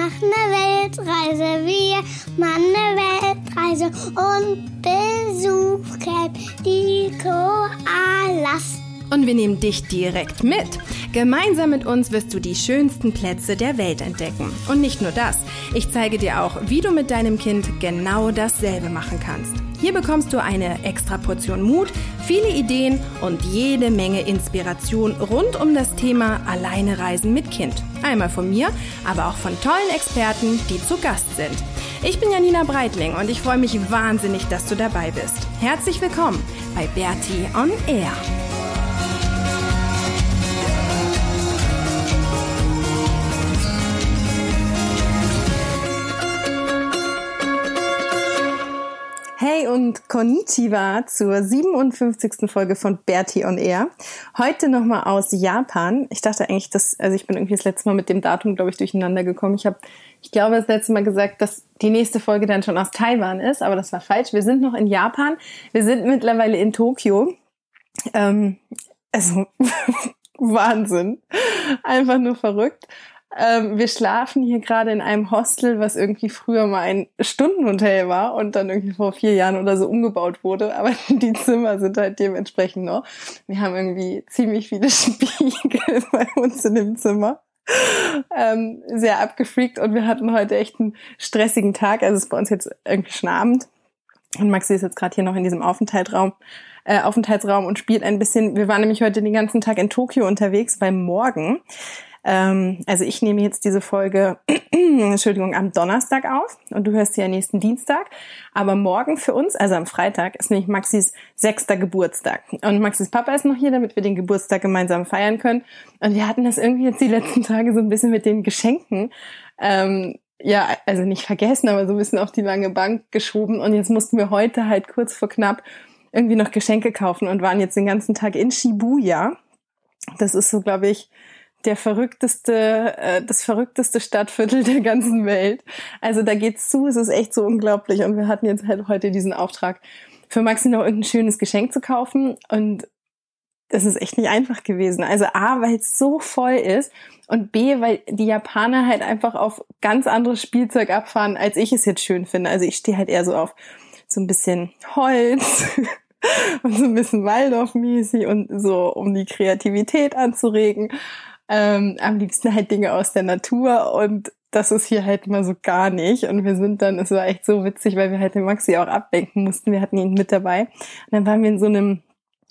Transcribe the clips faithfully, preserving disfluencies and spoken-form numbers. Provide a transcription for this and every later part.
machen eine Weltreise. Wir machen eine Weltreise und besuchen die Koalas. Und wir nehmen dich direkt mit. Gemeinsam mit uns wirst du die schönsten Plätze der Welt entdecken. Und nicht nur das, ich zeige dir auch, wie du mit deinem Kind genau dasselbe machen kannst. Hier bekommst du eine extra Portion Mut, viele Ideen und jede Menge Inspiration rund um das Thema Alleine reisen mit Kind. Einmal von mir, aber auch von tollen Experten, die zu Gast sind. Ich bin Janina Breitling und ich freue mich wahnsinnig, dass du dabei bist. Herzlich willkommen bei Bertie on Air. Hey und Konnichiwa zur siebenundfünfzigsten Folge von Bertie on Air. Heute nochmal aus Japan. Ich dachte eigentlich, dass, also ich bin irgendwie das letzte Mal mit dem Datum, glaube ich, durcheinander gekommen. Ich habe, ich glaube, das letzte Mal gesagt, dass die nächste Folge dann schon aus Taiwan ist, aber das war falsch. Wir sind noch in Japan. Wir sind mittlerweile in Tokio. Ähm, also Wahnsinn. Einfach nur verrückt. Ähm, wir schlafen hier gerade in einem Hostel, was irgendwie früher mal ein Stundenhotel war und dann irgendwie vor vier Jahren oder so umgebaut wurde. Aber die Zimmer sind halt dementsprechend noch. Wir haben irgendwie ziemlich viele Spiegel bei uns in dem Zimmer. Ähm, sehr abgefreakt und wir hatten heute echt einen stressigen Tag. Also es ist bei uns jetzt irgendwie schon Abend. Und Maxi ist jetzt gerade hier noch in diesem Aufenthaltsraum, äh, Aufenthaltsraum und spielt ein bisschen. Wir waren nämlich heute den ganzen Tag in Tokio unterwegs, weil morgen Also ich nehme jetzt diese Folge, Entschuldigung, am Donnerstag auf und du hörst sie ja nächsten Dienstag. Aber morgen für uns, also am Freitag, ist nämlich Maxis sechster Geburtstag. Und Maxis Papa ist noch hier, damit wir den Geburtstag gemeinsam feiern können. Und wir hatten das irgendwie jetzt die letzten Tage so ein bisschen mit den Geschenken. Ähm, ja, also nicht vergessen, aber so ein bisschen auf die lange Bank geschoben. Und jetzt mussten wir heute halt kurz vor knapp irgendwie noch Geschenke kaufen und waren jetzt den ganzen Tag in Shibuya. Das ist so, glaube ich, der verrückteste, äh, das verrückteste Stadtviertel der ganzen Welt. Also da geht's zu, es ist echt so unglaublich. Und wir hatten jetzt halt heute diesen Auftrag, für Maxi noch irgendein schönes Geschenk zu kaufen. Und das ist echt nicht einfach gewesen. Also A, weil es so voll ist und B, weil die Japaner halt einfach auf ganz anderes Spielzeug abfahren, als ich es jetzt schön finde. Also ich stehe halt eher so auf so ein bisschen Holz und so ein bisschen Waldorf-mäßig und so, um die Kreativität anzuregen. Ähm, am liebsten halt Dinge aus der Natur und das ist hier halt mal so gar nicht und wir sind dann, es war echt so witzig, weil wir halt den Maxi auch ablenken mussten, wir hatten ihn mit dabei und dann waren wir in so einem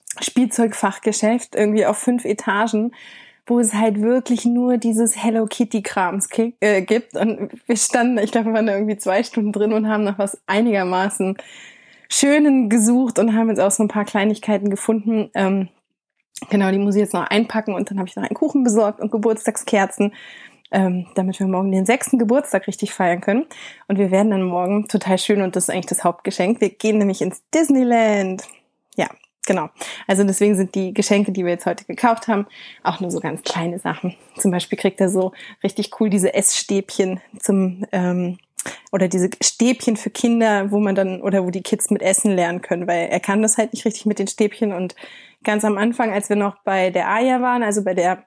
Spielzeugfachgeschäft irgendwie auf fünf Etagen, wo es halt wirklich nur dieses Hello Kitty Krams äh, gibt und wir standen, ich glaube wir waren da irgendwie zwei Stunden drin und haben nach was einigermaßen Schönen gesucht und haben jetzt auch so ein paar Kleinigkeiten gefunden, ähm, Genau, die muss ich jetzt noch einpacken und dann habe ich noch einen Kuchen besorgt und Geburtstagskerzen, ähm, damit wir morgen den sechsten Geburtstag richtig feiern können. Und wir werden dann morgen, total schön und das ist eigentlich das Hauptgeschenk, wir gehen nämlich ins Disneyland. Ja, genau. Also deswegen sind die Geschenke, die wir jetzt heute gekauft haben, auch nur so ganz kleine Sachen. Zum Beispiel kriegt er so richtig cool diese Essstäbchen zum ähm, oder diese Stäbchen für Kinder, wo man dann oder wo die Kids mit essen lernen können, weil er kann das halt nicht richtig mit den Stäbchen und ganz am Anfang, als wir noch bei der Aya waren, also bei der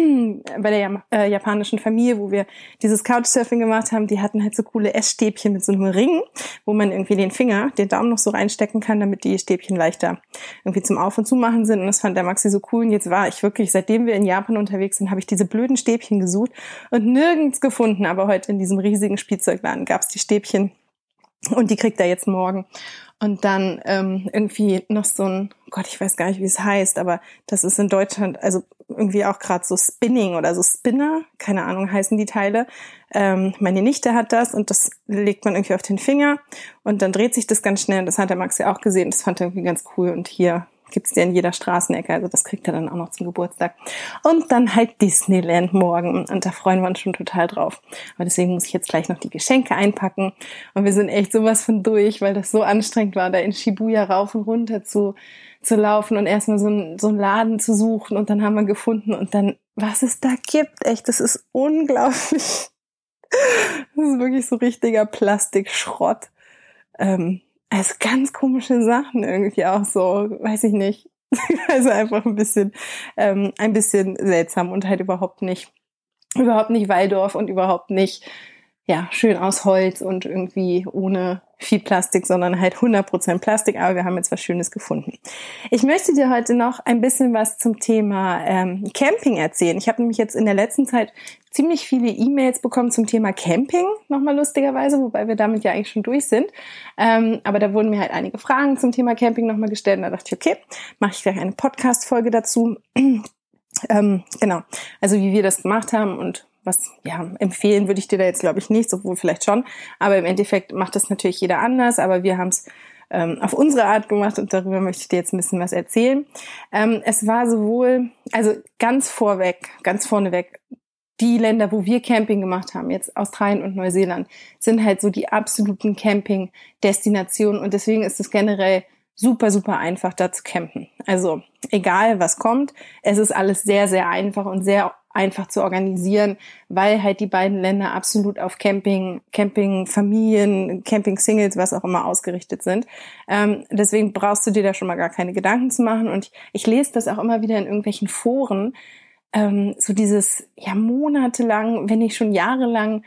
bei der äh, japanischen Familie, wo wir dieses Couchsurfing gemacht haben, die hatten halt so coole Essstäbchen mit so einem Ring, wo man irgendwie den Finger, den Daumen noch so reinstecken kann, damit die Stäbchen leichter irgendwie zum Auf- und Zumachen sind. Und das fand der Maxi so cool. Und jetzt war ich wirklich, seitdem wir in Japan unterwegs sind, habe ich diese blöden Stäbchen gesucht und nirgends gefunden. Aber heute in diesem riesigen Spielzeugladen gab es die Stäbchen und die kriegt er jetzt morgen. Und dann ähm, irgendwie noch so ein, Gott, ich weiß gar nicht, wie es heißt, aber das ist in Deutschland, also irgendwie auch gerade so Spinning oder so Spinner, keine Ahnung, heißen die Teile. Ähm, meine Nichte hat das und das legt man irgendwie auf den Finger und dann dreht sich das ganz schnell. Und das hat der Max ja auch gesehen, das fand er irgendwie ganz cool. Und hier gibt's ja in jeder Straßenecke, also das kriegt er dann auch noch zum Geburtstag. Und dann halt Disneyland morgen und da freuen wir uns schon total drauf. Aber deswegen muss ich jetzt gleich noch die Geschenke einpacken und wir sind echt sowas von durch, weil das so anstrengend war, da in Shibuya rauf und runter zu zu laufen und erstmal so einen so einen Laden zu suchen und dann haben wir gefunden und dann, was es da gibt, echt, das ist unglaublich. Das ist wirklich so richtiger Plastikschrott. Ähm, Also ganz komische Sachen irgendwie auch so, weiß ich nicht. Also einfach ein bisschen, ähm, ein bisschen seltsam und halt überhaupt nicht, überhaupt nicht Waldorf und überhaupt nicht, ja, schön aus Holz und irgendwie ohne viel Plastik, sondern halt hundert Prozent Plastik, aber wir haben jetzt was Schönes gefunden. Ich möchte dir heute noch ein bisschen was zum Thema ähm, Camping erzählen. Ich habe nämlich jetzt in der letzten Zeit ziemlich viele E-Mails bekommen zum Thema Camping, nochmal lustigerweise, wobei wir damit ja eigentlich schon durch sind. Ähm, aber da wurden mir halt einige Fragen zum Thema Camping nochmal gestellt und da dachte ich, okay, mache ich gleich eine Podcast-Folge dazu. ähm, genau, also wie wir das gemacht haben und was, ja, empfehlen würde ich dir da jetzt, glaube ich, nicht, sowohl vielleicht schon, aber im Endeffekt macht das natürlich jeder anders, aber wir haben es ähm, auf unsere Art gemacht und darüber möchte ich dir jetzt ein bisschen was erzählen. Ähm, es war sowohl, also ganz vorweg, ganz vorneweg, die Länder, wo wir Camping gemacht haben, jetzt Australien und Neuseeland, sind halt so die absoluten Camping-Destinationen und deswegen ist es generell super, super einfach, da zu campen. Also egal, was kommt, es ist alles sehr, sehr einfach und sehr einfach zu organisieren, weil halt die beiden Länder absolut auf Camping, Camping-Familien, Camping-Singles, was auch immer ausgerichtet sind. Ähm, deswegen brauchst du dir da schon mal gar keine Gedanken zu machen. Und ich, ich lese das auch immer wieder in irgendwelchen Foren, ähm, so dieses, ja, monatelang, wenn nicht schon jahrelang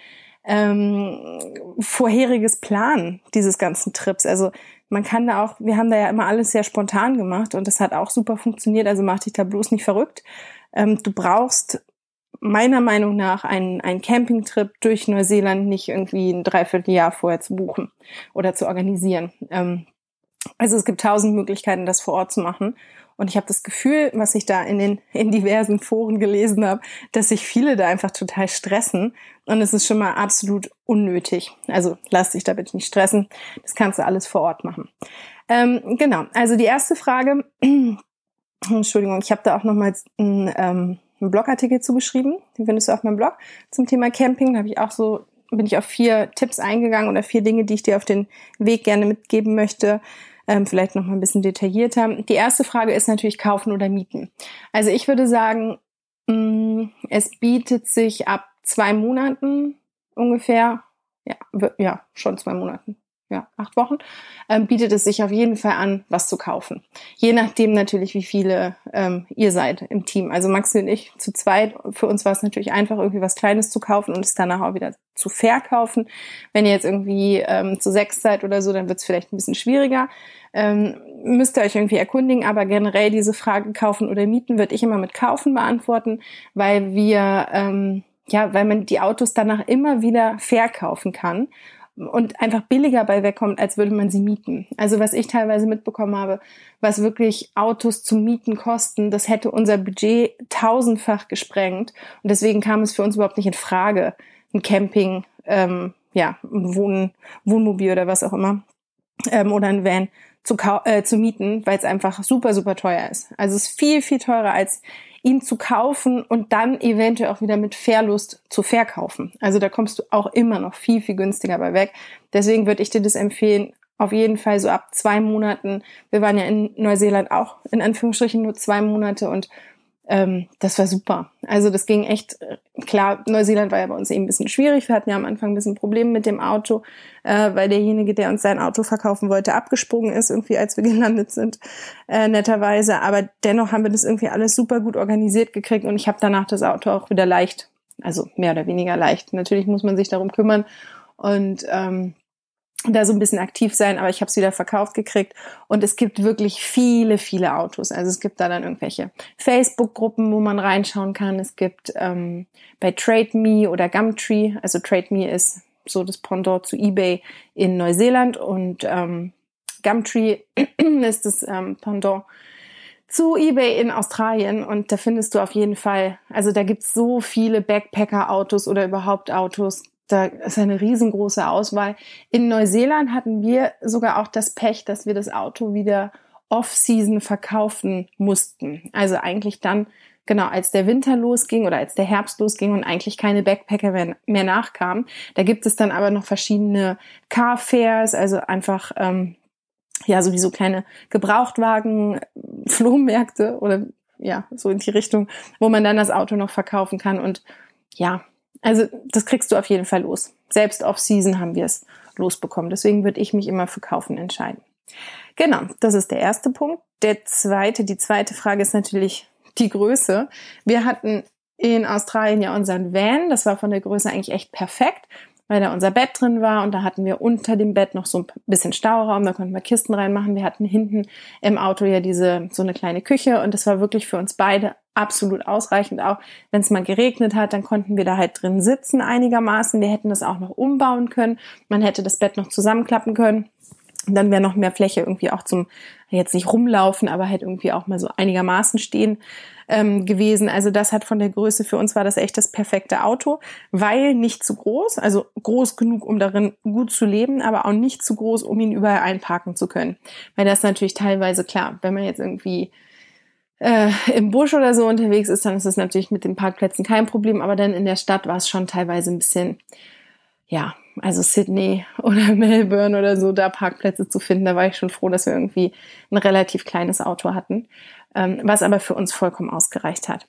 ähm, vorheriges Planen dieses ganzen Trips. Also man kann da auch, wir haben da ja immer alles sehr spontan gemacht und das hat auch super funktioniert, also mach dich da bloß nicht verrückt. Ähm, du brauchst meiner Meinung nach einen, einen Campingtrip durch Neuseeland nicht irgendwie ein Dreivierteljahr vorher zu buchen oder zu organisieren. Ähm, also es gibt tausend Möglichkeiten, das vor Ort zu machen. Und ich habe das Gefühl, was ich da in den in diversen Foren gelesen habe, dass sich viele da einfach total stressen. Und es ist schon mal absolut unnötig. Also lass dich da bitte nicht stressen. Das kannst du alles vor Ort machen. Ähm, genau, also die erste Frage, Entschuldigung, ich habe da auch nochmals ein ähm, einen Blogartikel zugeschrieben, den findest du auf meinem Blog zum Thema Camping. Da habe ich auch so, bin ich auf vier Tipps eingegangen oder vier Dinge, die ich dir auf den Weg gerne mitgeben möchte. Ähm, vielleicht noch mal ein bisschen detaillierter. Die erste Frage ist natürlich kaufen oder mieten. Also ich würde sagen, mh, es bietet sich ab zwei Monaten ungefähr, ja, ja, schon zwei Monaten. Ja, acht Wochen, ähm, bietet es sich auf jeden Fall an, was zu kaufen. Je nachdem natürlich, wie viele ähm, ihr seid im Team. Also Maxi und ich zu zweit, für uns war es natürlich einfach, irgendwie was Kleines zu kaufen und es danach auch wieder zu verkaufen. Wenn ihr jetzt irgendwie ähm, zu sechs seid oder so, dann wird es vielleicht ein bisschen schwieriger. Ähm, müsst ihr euch irgendwie erkundigen, aber generell diese Frage kaufen oder mieten würde ich immer mit kaufen beantworten, weil wir, ähm, ja, weil man die Autos danach immer wieder verkaufen kann und einfach billiger bei wegkommt, als würde man sie mieten. Also was ich teilweise mitbekommen habe, was wirklich Autos zum Mieten kosten, das hätte unser Budget tausendfach gesprengt. Und deswegen kam es für uns überhaupt nicht in Frage, ein Camping, ähm, ja, ein Wohn- Wohnmobil oder was auch immer, ähm, oder ein Van zu, kau- äh, zu mieten, weil es einfach super, super teuer ist. Also es ist viel, viel teurer als ihn zu kaufen und dann eventuell auch wieder mit Verlust zu verkaufen. Also da kommst du auch immer noch viel, viel günstiger bei weg. Deswegen würde ich dir das empfehlen, auf jeden Fall so ab zwei Monaten. Wir waren ja in Neuseeland auch in Anführungsstrichen nur zwei Monate und ähm, das war super. Also das ging echt, klar, Neuseeland war ja bei uns eben ein bisschen schwierig. Wir hatten ja am Anfang ein bisschen Probleme mit dem Auto, äh, weil derjenige, der uns sein Auto verkaufen wollte, abgesprungen ist, irgendwie als wir gelandet sind, äh, netterweise. Aber dennoch haben wir das irgendwie alles super gut organisiert gekriegt und ich habe danach das Auto auch wieder leicht, also mehr oder weniger leicht. Natürlich muss man sich darum kümmern und ähm, da so ein bisschen aktiv sein, aber ich habe es wieder verkauft gekriegt und es gibt wirklich viele, viele Autos. Also es gibt da dann irgendwelche Facebook-Gruppen, wo man reinschauen kann. Es gibt ähm, bei TradeMe oder Gumtree, also TradeMe ist so das Pendant zu eBay in Neuseeland und ähm, Gumtree ist das ähm, Pendant zu eBay in Australien und da findest du auf jeden Fall, also da gibt's so viele Backpacker-Autos oder überhaupt Autos. Da ist eine riesengroße Auswahl. In Neuseeland hatten wir sogar auch das Pech, dass wir das Auto wieder off-season verkaufen mussten. Also eigentlich dann, genau, als der Winter losging oder als der Herbst losging und eigentlich keine Backpacker mehr, mehr nachkamen. Da gibt es dann aber noch verschiedene Car-Fairs, also einfach, ähm, ja, sowieso kleine Gebrauchtwagen, Flohmärkte oder ja, so in die Richtung, wo man dann das Auto noch verkaufen kann und ja, also das kriegst du auf jeden Fall los. Selbst off-season haben wir es losbekommen. Deswegen würde ich mich immer für Kaufen entscheiden. Genau, das ist der erste Punkt. Der zweite, die zweite Frage ist natürlich die Größe. Wir hatten in Australien ja unseren Van. Das war von der Größe eigentlich echt perfekt, weil da unser Bett drin war und da hatten wir unter dem Bett noch so ein bisschen Stauraum, da konnten wir Kisten reinmachen. Wir hatten hinten im Auto ja diese so eine kleine Küche und das war wirklich für uns beide absolut ausreichend. Auch wenn es mal geregnet hat, dann konnten wir da halt drin sitzen einigermaßen. Wir hätten das auch noch umbauen können. Man hätte das Bett noch zusammenklappen können. Und dann wäre noch mehr Fläche irgendwie auch zum, jetzt nicht rumlaufen, aber halt irgendwie auch mal so einigermaßen stehen ähm, gewesen. Also das hat von der Größe, für uns war das echt das perfekte Auto, weil nicht zu groß, also groß genug, um darin gut zu leben, aber auch nicht zu groß, um ihn überall einparken zu können. Weil das ist natürlich teilweise klar, wenn man jetzt irgendwie äh, im Busch oder so unterwegs ist, dann ist das natürlich mit den Parkplätzen kein Problem, aber dann in der Stadt war es schon teilweise ein bisschen, ja, also Sydney oder Melbourne oder so, da Parkplätze zu finden, da war ich schon froh, dass wir irgendwie ein relativ kleines Auto hatten, ähm, was aber für uns vollkommen ausgereicht hat.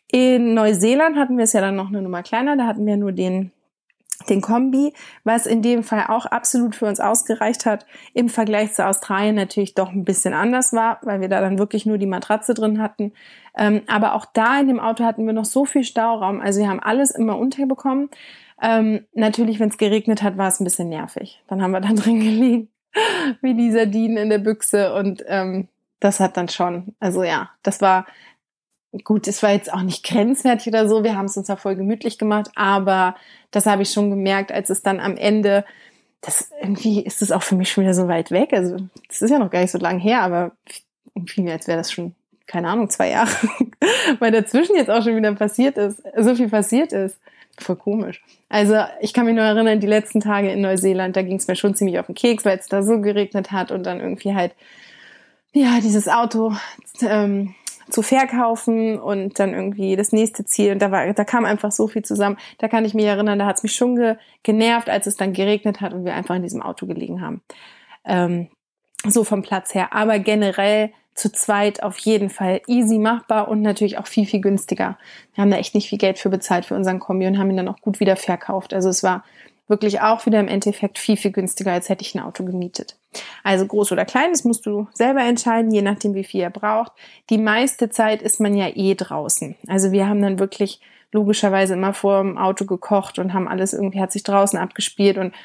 In Neuseeland hatten wir es ja dann noch eine Nummer kleiner, da hatten wir nur den den Kombi, was in dem Fall auch absolut für uns ausgereicht hat, im Vergleich zu Australien natürlich doch ein bisschen anders war, weil wir da dann wirklich nur die Matratze drin hatten. Ähm, aber auch da in dem Auto hatten wir noch so viel Stauraum, also wir haben alles immer unterbekommen. Ähm, natürlich, wenn es geregnet hat, war es ein bisschen nervig. Dann haben wir da drin gelegen, wie die Sardinen in der Büchse und ähm, das hat dann schon, also ja, das war gut, es war jetzt auch nicht grenzwertig oder so, wir haben es uns ja voll gemütlich gemacht, aber das habe ich schon gemerkt, als es dann am Ende, das irgendwie ist es auch für mich schon wieder so weit weg, also das ist ja noch gar nicht so lang her, aber irgendwie als wäre das schon, keine Ahnung, zwei Jahre, weil dazwischen jetzt auch schon wieder passiert ist, so viel passiert ist. Voll komisch. Also ich kann mich nur erinnern, die letzten Tage in Neuseeland, da ging es mir schon ziemlich auf den Keks, weil es da so geregnet hat und dann irgendwie halt, ja, dieses Auto ähm, zu verkaufen und dann irgendwie das nächste Ziel. Und da war, da kam einfach so viel zusammen. Da kann ich mich erinnern, da hat es mich schon ge- genervt, als es dann geregnet hat und wir einfach in diesem Auto gelegen haben. Ähm, so vom Platz her. Aber generell zu zweit auf jeden Fall easy machbar und natürlich auch viel, viel günstiger. Wir haben da echt nicht viel Geld für bezahlt für unseren Kombi und haben ihn dann auch gut wieder verkauft. Also es war wirklich auch wieder im Endeffekt viel, viel günstiger, als hätte ich ein Auto gemietet. Also groß oder klein, das musst du selber entscheiden, je nachdem, wie viel ihr braucht. Die meiste Zeit ist man ja eh draußen. Also wir haben dann wirklich logischerweise immer vor dem Auto gekocht und haben alles irgendwie, hat sich draußen abgespielt und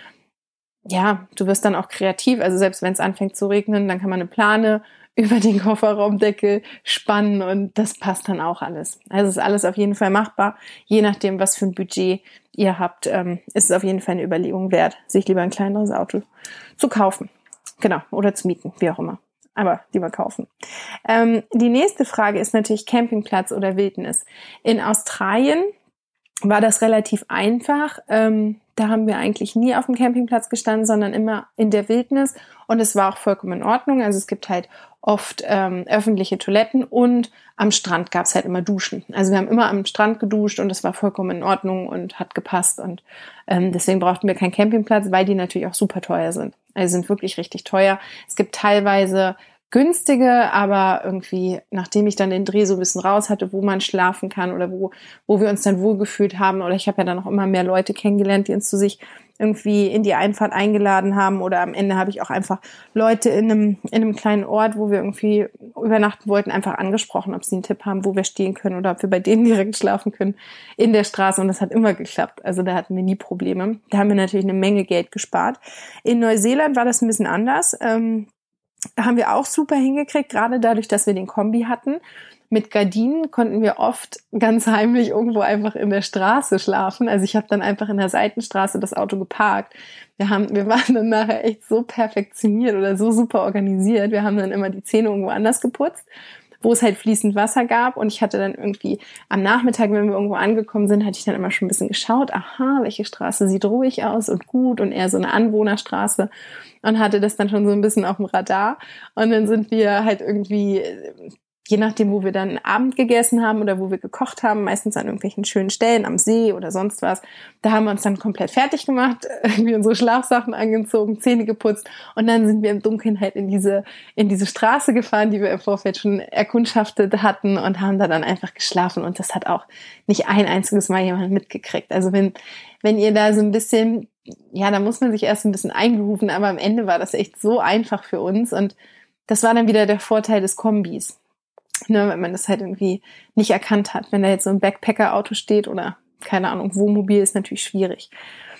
ja, du wirst dann auch kreativ. Also selbst wenn es anfängt zu regnen, dann kann man eine Plane über den Kofferraumdeckel spannen und das passt dann auch alles. Also ist alles auf jeden Fall machbar. Je nachdem, was für ein Budget ihr habt, ähm, ist es auf jeden Fall eine Überlegung wert, sich lieber ein kleineres Auto zu kaufen. Genau, oder zu mieten, wie auch immer. Aber lieber kaufen. Ähm, die nächste Frage ist natürlich Campingplatz oder Wildnis. In Australien war das relativ einfach. Ähm, da haben wir eigentlich nie auf dem Campingplatz gestanden, sondern immer in der Wildnis. Und es war auch vollkommen in Ordnung. Also es gibt halt oft ähm, öffentliche Toiletten und am Strand gab es halt immer Duschen. Also wir haben immer am Strand geduscht und es war vollkommen in Ordnung und hat gepasst. Und ähm, deswegen brauchten wir keinen Campingplatz, weil die natürlich auch super teuer sind. Also sind wirklich richtig teuer. Es gibt teilweise günstige, aber irgendwie, nachdem ich dann den Dreh so ein bisschen raus hatte, wo man schlafen kann oder wo wo wir uns dann wohlgefühlt haben, oder ich habe ja dann auch immer mehr Leute kennengelernt, die uns zu sich irgendwie in die Einfahrt eingeladen haben, oder am Ende habe ich auch einfach Leute in einem in einem kleinen Ort, wo wir irgendwie übernachten wollten, einfach angesprochen, ob sie einen Tipp haben, wo wir stehen können oder ob wir bei denen direkt schlafen können in der Straße, und das hat immer geklappt. Also da hatten wir nie Probleme. Da haben wir natürlich eine Menge Geld gespart. In Neuseeland war das ein bisschen anders. Ähm, haben wir auch super hingekriegt, gerade dadurch, dass wir den Kombi hatten. Mit Gardinen konnten wir oft ganz heimlich irgendwo einfach in der Straße schlafen. Also ich habe dann einfach in der Seitenstraße das Auto geparkt. Wir haben, wir waren dann nachher echt so perfektioniert oder so super organisiert. Wir haben dann immer die Zähne irgendwo anders geputzt, wo es halt fließend Wasser gab, und ich hatte dann irgendwie am Nachmittag, wenn wir irgendwo angekommen sind, hatte ich dann immer schon ein bisschen geschaut, aha, welche Straße sieht ruhig aus und gut und eher so eine Anwohnerstraße, und hatte das dann schon so ein bisschen auf dem Radar. Und dann sind wir halt irgendwie, je nachdem, wo wir dann Abend gegessen haben oder wo wir gekocht haben, meistens an irgendwelchen schönen Stellen am See oder sonst was, da haben wir uns dann komplett fertig gemacht, irgendwie unsere Schlafsachen angezogen, Zähne geputzt, und dann sind wir im Dunkeln halt in diese in diese Straße gefahren, die wir im Vorfeld schon erkundschaftet hatten, und haben da dann einfach geschlafen, und das hat auch nicht ein einziges Mal jemand mitgekriegt. Also wenn wenn ihr da so ein bisschen, ja, da muss man sich erst ein bisschen eingrooven, aber am Ende war das echt so einfach für uns, und das war dann wieder der Vorteil des Kombis. Ne, wenn man das halt irgendwie nicht erkannt hat. Wenn da jetzt so ein Backpacker-Auto steht oder, keine Ahnung, Wohnmobil, ist natürlich schwierig.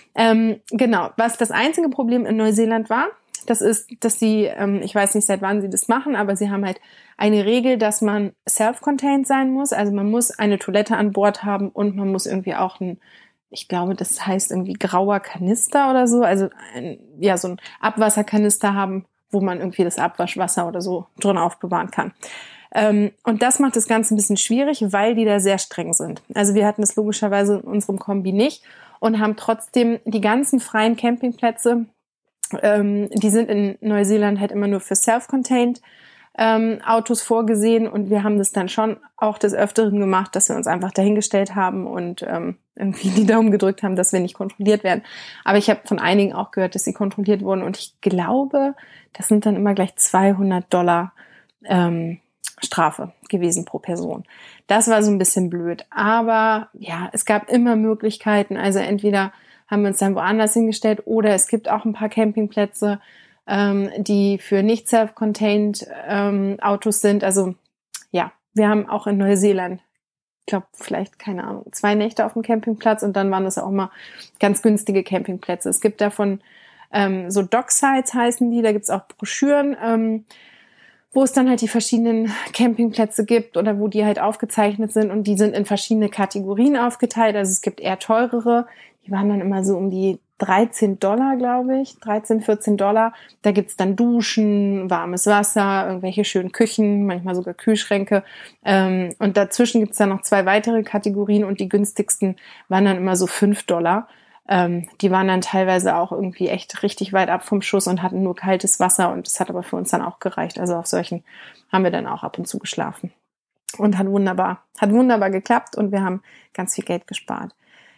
Ähm, genau, was das einzige Problem in Neuseeland war, das ist, dass sie, ähm, ich weiß nicht, seit wann sie das machen, aber sie haben halt eine Regel, dass man self-contained sein muss. Also man muss eine Toilette an Bord haben und man muss irgendwie auch ein, ich glaube, das heißt irgendwie grauer Kanister oder so, also ein, ja, so ein Abwasserkanister haben, wo man irgendwie das Abwaschwasser oder so drin aufbewahren kann. Ähm, und das macht das Ganze ein bisschen schwierig, weil die da sehr streng sind. Also wir hatten das logischerweise in unserem Kombi nicht und haben trotzdem die ganzen freien Campingplätze, ähm, die sind in Neuseeland halt immer nur für self-contained ähm, Autos vorgesehen und wir haben das dann schon auch des Öfteren gemacht, dass wir uns einfach dahingestellt haben und ähm, irgendwie die Daumen gedrückt haben, dass wir nicht kontrolliert werden. Aber ich habe von einigen auch gehört, dass sie kontrolliert wurden und ich glaube, das sind dann immer gleich zweihundert Dollar ähm, Strafe gewesen pro Person. Das war so ein bisschen blöd. Aber ja, es gab immer Möglichkeiten. Also entweder haben wir uns dann woanders hingestellt oder es gibt auch ein paar Campingplätze, ähm, die für nicht self-contained ähm, Autos sind. Also ja, wir haben auch in Neuseeland, ich glaube vielleicht, keine Ahnung, zwei Nächte auf dem Campingplatz und dann waren das auch mal ganz günstige Campingplätze. Es gibt davon ähm, so Docksites heißen die, da gibt's auch Broschüren, ähm, wo es dann halt die verschiedenen Campingplätze gibt oder wo die halt aufgezeichnet sind und die sind in verschiedene Kategorien aufgeteilt. Also es gibt eher teurere, die waren dann immer so um die dreizehn Dollar, glaube ich, dreizehn, vierzehn Dollar. Da gibt's dann Duschen, warmes Wasser, irgendwelche schönen Küchen, manchmal sogar Kühlschränke. Ähm, und dazwischen gibt's dann noch zwei weitere Kategorien und die günstigsten waren dann immer so fünf Dollar. Ähm, die waren dann teilweise auch irgendwie echt richtig weit ab vom Schuss und hatten nur kaltes Wasser und das hat aber für uns dann auch gereicht. Also auf solchen haben wir dann auch ab und zu geschlafen. Und hat wunderbar, hat wunderbar geklappt und wir haben ganz viel Geld gespart.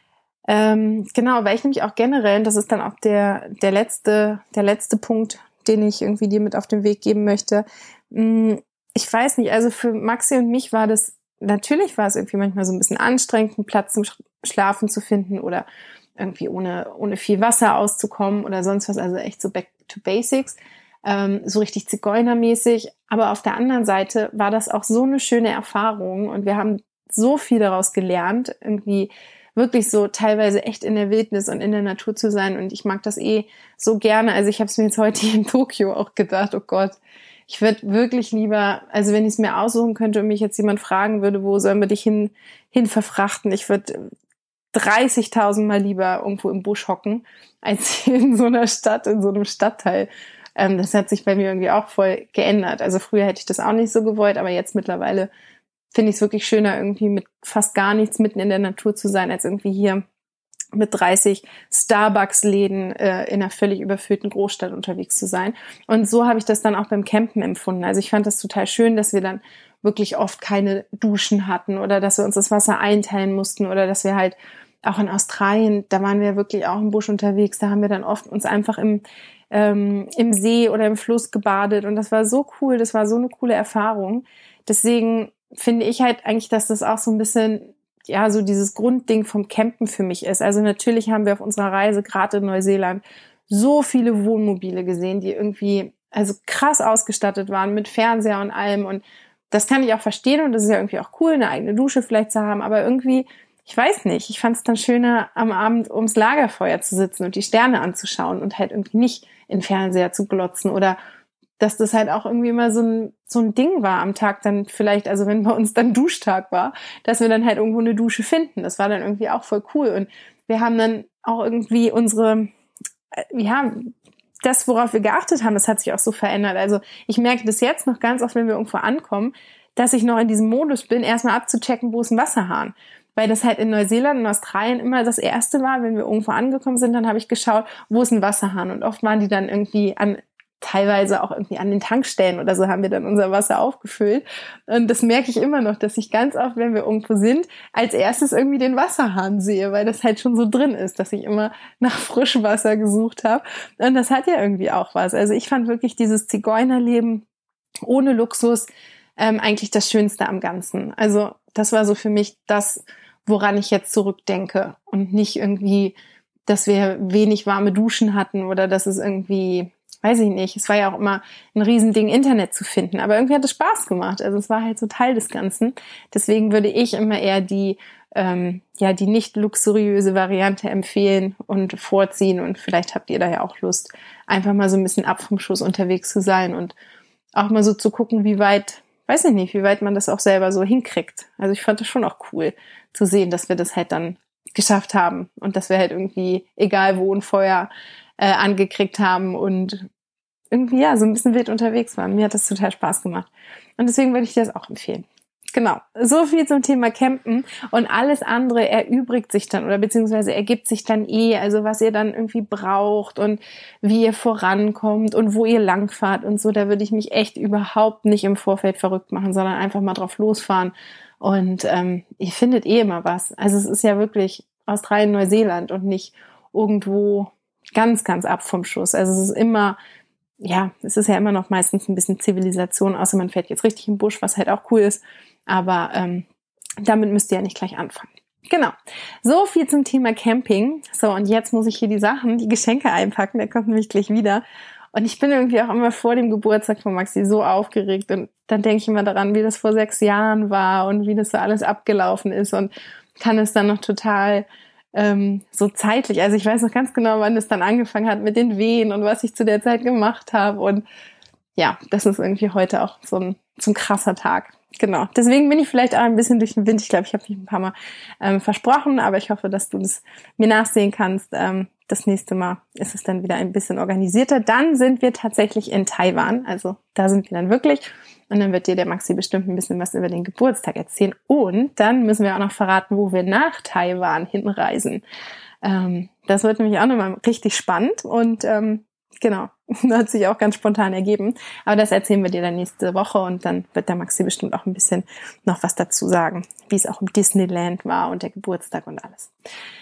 Ähm, genau, weil ich nämlich auch generell, und das ist dann auch der, der letzte, der letzte Punkt, den ich irgendwie dir mit auf den Weg geben möchte. Ich weiß nicht, also für Maxi und mich war das, natürlich war es irgendwie manchmal so ein bisschen anstrengend, einen Platz zum Schlafen zu finden oder irgendwie ohne, ohne viel Wasser auszukommen oder sonst was, also echt so back to basics, ähm, so richtig zigeunermäßig. Aber auf der anderen Seite war das auch so eine schöne Erfahrung und wir haben so viel daraus gelernt, irgendwie wirklich so teilweise echt in der Wildnis und in der Natur zu sein und ich mag das eh so gerne. Also ich habe es mir jetzt heute in Tokio auch gedacht, oh Gott, ich würde wirklich lieber, also wenn ich es mir aussuchen könnte und mich jetzt jemand fragen würde, wo sollen wir dich hin, hin verfrachten, ich würde dreißigtausend Mal lieber irgendwo im Busch hocken, als hier in so einer Stadt, in so einem Stadtteil. Ähm, das hat sich bei mir irgendwie auch voll geändert. Also früher hätte ich das auch nicht so gewollt, aber jetzt mittlerweile finde ich es wirklich schöner, irgendwie mit fast gar nichts mitten in der Natur zu sein, als irgendwie hier mit dreißig Starbucks-Läden äh, in einer völlig überfüllten Großstadt unterwegs zu sein. Und so habe ich das dann auch beim Campen empfunden. Also ich fand das total schön, dass wir dann wirklich oft keine Duschen hatten oder dass wir uns das Wasser einteilen mussten oder dass wir halt auch in Australien, da waren wir wirklich auch im Busch unterwegs, da haben wir dann oft uns einfach im, ähm, im See oder im Fluss gebadet und das war so cool, das war so eine coole Erfahrung. Deswegen finde ich halt eigentlich, dass das auch so ein bisschen, ja, so dieses Grundding vom Campen für mich ist. Also natürlich haben wir auf unserer Reise, gerade in Neuseeland, so viele Wohnmobile gesehen, die irgendwie, also krass ausgestattet waren mit Fernseher und allem und das kann ich auch verstehen und das ist ja irgendwie auch cool, eine eigene Dusche vielleicht zu haben, aber irgendwie, ich weiß nicht, ich fand es dann schöner, am Abend ums Lagerfeuer zu sitzen und die Sterne anzuschauen und halt irgendwie nicht in den Fernseher zu glotzen oder dass das halt auch irgendwie immer so ein, so ein Ding war am Tag dann vielleicht, also wenn bei uns dann Duschtag war, dass wir dann halt irgendwo eine Dusche finden. Das war dann irgendwie auch voll cool und wir haben dann auch irgendwie unsere, ja, das, worauf wir geachtet haben, das hat sich auch so verändert. Also ich merke das jetzt noch ganz oft, wenn wir irgendwo ankommen, dass ich noch in diesem Modus bin, erstmal abzuchecken, wo ist ein Wasserhahn. Weil das halt in Neuseeland und Australien immer das Erste war, wenn wir irgendwo angekommen sind, dann habe ich geschaut, wo ist ein Wasserhahn. Und oft waren die dann irgendwie an, teilweise auch irgendwie an den Tankstellen oder so haben wir dann unser Wasser aufgefüllt. Und das merke ich immer noch, dass ich ganz oft, wenn wir irgendwo sind, als erstes irgendwie den Wasserhahn sehe, weil das halt schon so drin ist, dass ich immer nach Frischwasser gesucht habe. Und das hat ja irgendwie auch was. Also ich fand wirklich dieses Zigeunerleben ohne Luxus ähm, eigentlich das Schönste am Ganzen. Also das war so für mich das, woran ich jetzt zurückdenke und nicht irgendwie, dass wir wenig warme Duschen hatten oder dass es irgendwie, weiß ich nicht, es war ja auch immer ein Riesending, Internet zu finden, aber irgendwie hat es Spaß gemacht, also es war halt so Teil des Ganzen. Deswegen würde ich immer eher die ähm, ja die nicht luxuriöse Variante empfehlen und vorziehen. Und vielleicht habt ihr da ja auch Lust, einfach mal so ein bisschen ab vom Schuss unterwegs zu sein und auch mal so zu gucken, wie weit, weiß ich nicht, wie weit man das auch selber so hinkriegt. Also ich fand das schon auch cool zu sehen, dass wir das halt dann geschafft haben und dass wir halt irgendwie, egal wo, ein Feuer äh, angekriegt haben und irgendwie ja so ein bisschen wild unterwegs waren. Mir hat das total Spaß gemacht. Und deswegen würde ich dir das auch empfehlen. Genau, so viel zum Thema Campen und alles andere erübrigt sich dann oder beziehungsweise ergibt sich dann eh, also was ihr dann irgendwie braucht und wie ihr vorankommt und wo ihr langfahrt und so, da würde ich mich echt überhaupt nicht im Vorfeld verrückt machen, sondern einfach mal drauf losfahren und ähm, ihr findet eh immer was. Also es ist ja wirklich Australien, Neuseeland und nicht irgendwo ganz, ganz ab vom Schuss. Also es ist immer, ja, es ist ja immer noch meistens ein bisschen Zivilisation, außer man fährt jetzt richtig im Busch, was halt auch cool ist. Aber ähm, damit müsst ihr ja nicht gleich anfangen. Genau, so viel zum Thema Camping. So, und jetzt muss ich hier die Sachen, die Geschenke einpacken, der kommt nämlich gleich wieder. Und ich bin irgendwie auch immer vor dem Geburtstag von Maxi so aufgeregt. Und dann denke ich immer daran, wie das vor sechs Jahren war und wie das so alles abgelaufen ist. Und kann es dann noch total ähm, so zeitlich, also ich weiß noch ganz genau, wann es dann angefangen hat mit den Wehen und was ich zu der Zeit gemacht habe. Und ja, das ist irgendwie heute auch so ein, so ein krasser Tag. Genau, deswegen bin ich vielleicht auch ein bisschen durch den Wind. Ich glaube, ich habe mich ein paar Mal ähm, versprochen, aber ich hoffe, dass du das mir nachsehen kannst. Ähm, das nächste Mal ist es dann wieder ein bisschen organisierter. Dann sind wir tatsächlich in Taiwan, also da sind wir dann wirklich. Und dann wird dir der Maxi bestimmt ein bisschen was über den Geburtstag erzählen. Und dann müssen wir auch noch verraten, wo wir nach Taiwan hinreisen. Ähm, das wird nämlich auch nochmal richtig spannend und ähm, genau, das hat sich auch ganz spontan ergeben. Aber das erzählen wir dir dann nächste Woche und dann wird der Maxi bestimmt auch ein bisschen noch was dazu sagen, wie es auch im Disneyland war und der Geburtstag und alles.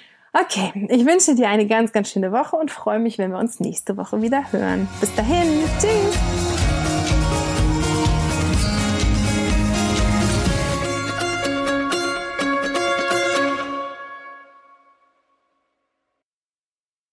Okay, ich wünsche dir eine ganz, ganz schöne Woche und freue mich, wenn wir uns nächste Woche wieder hören. Bis dahin, tschüss!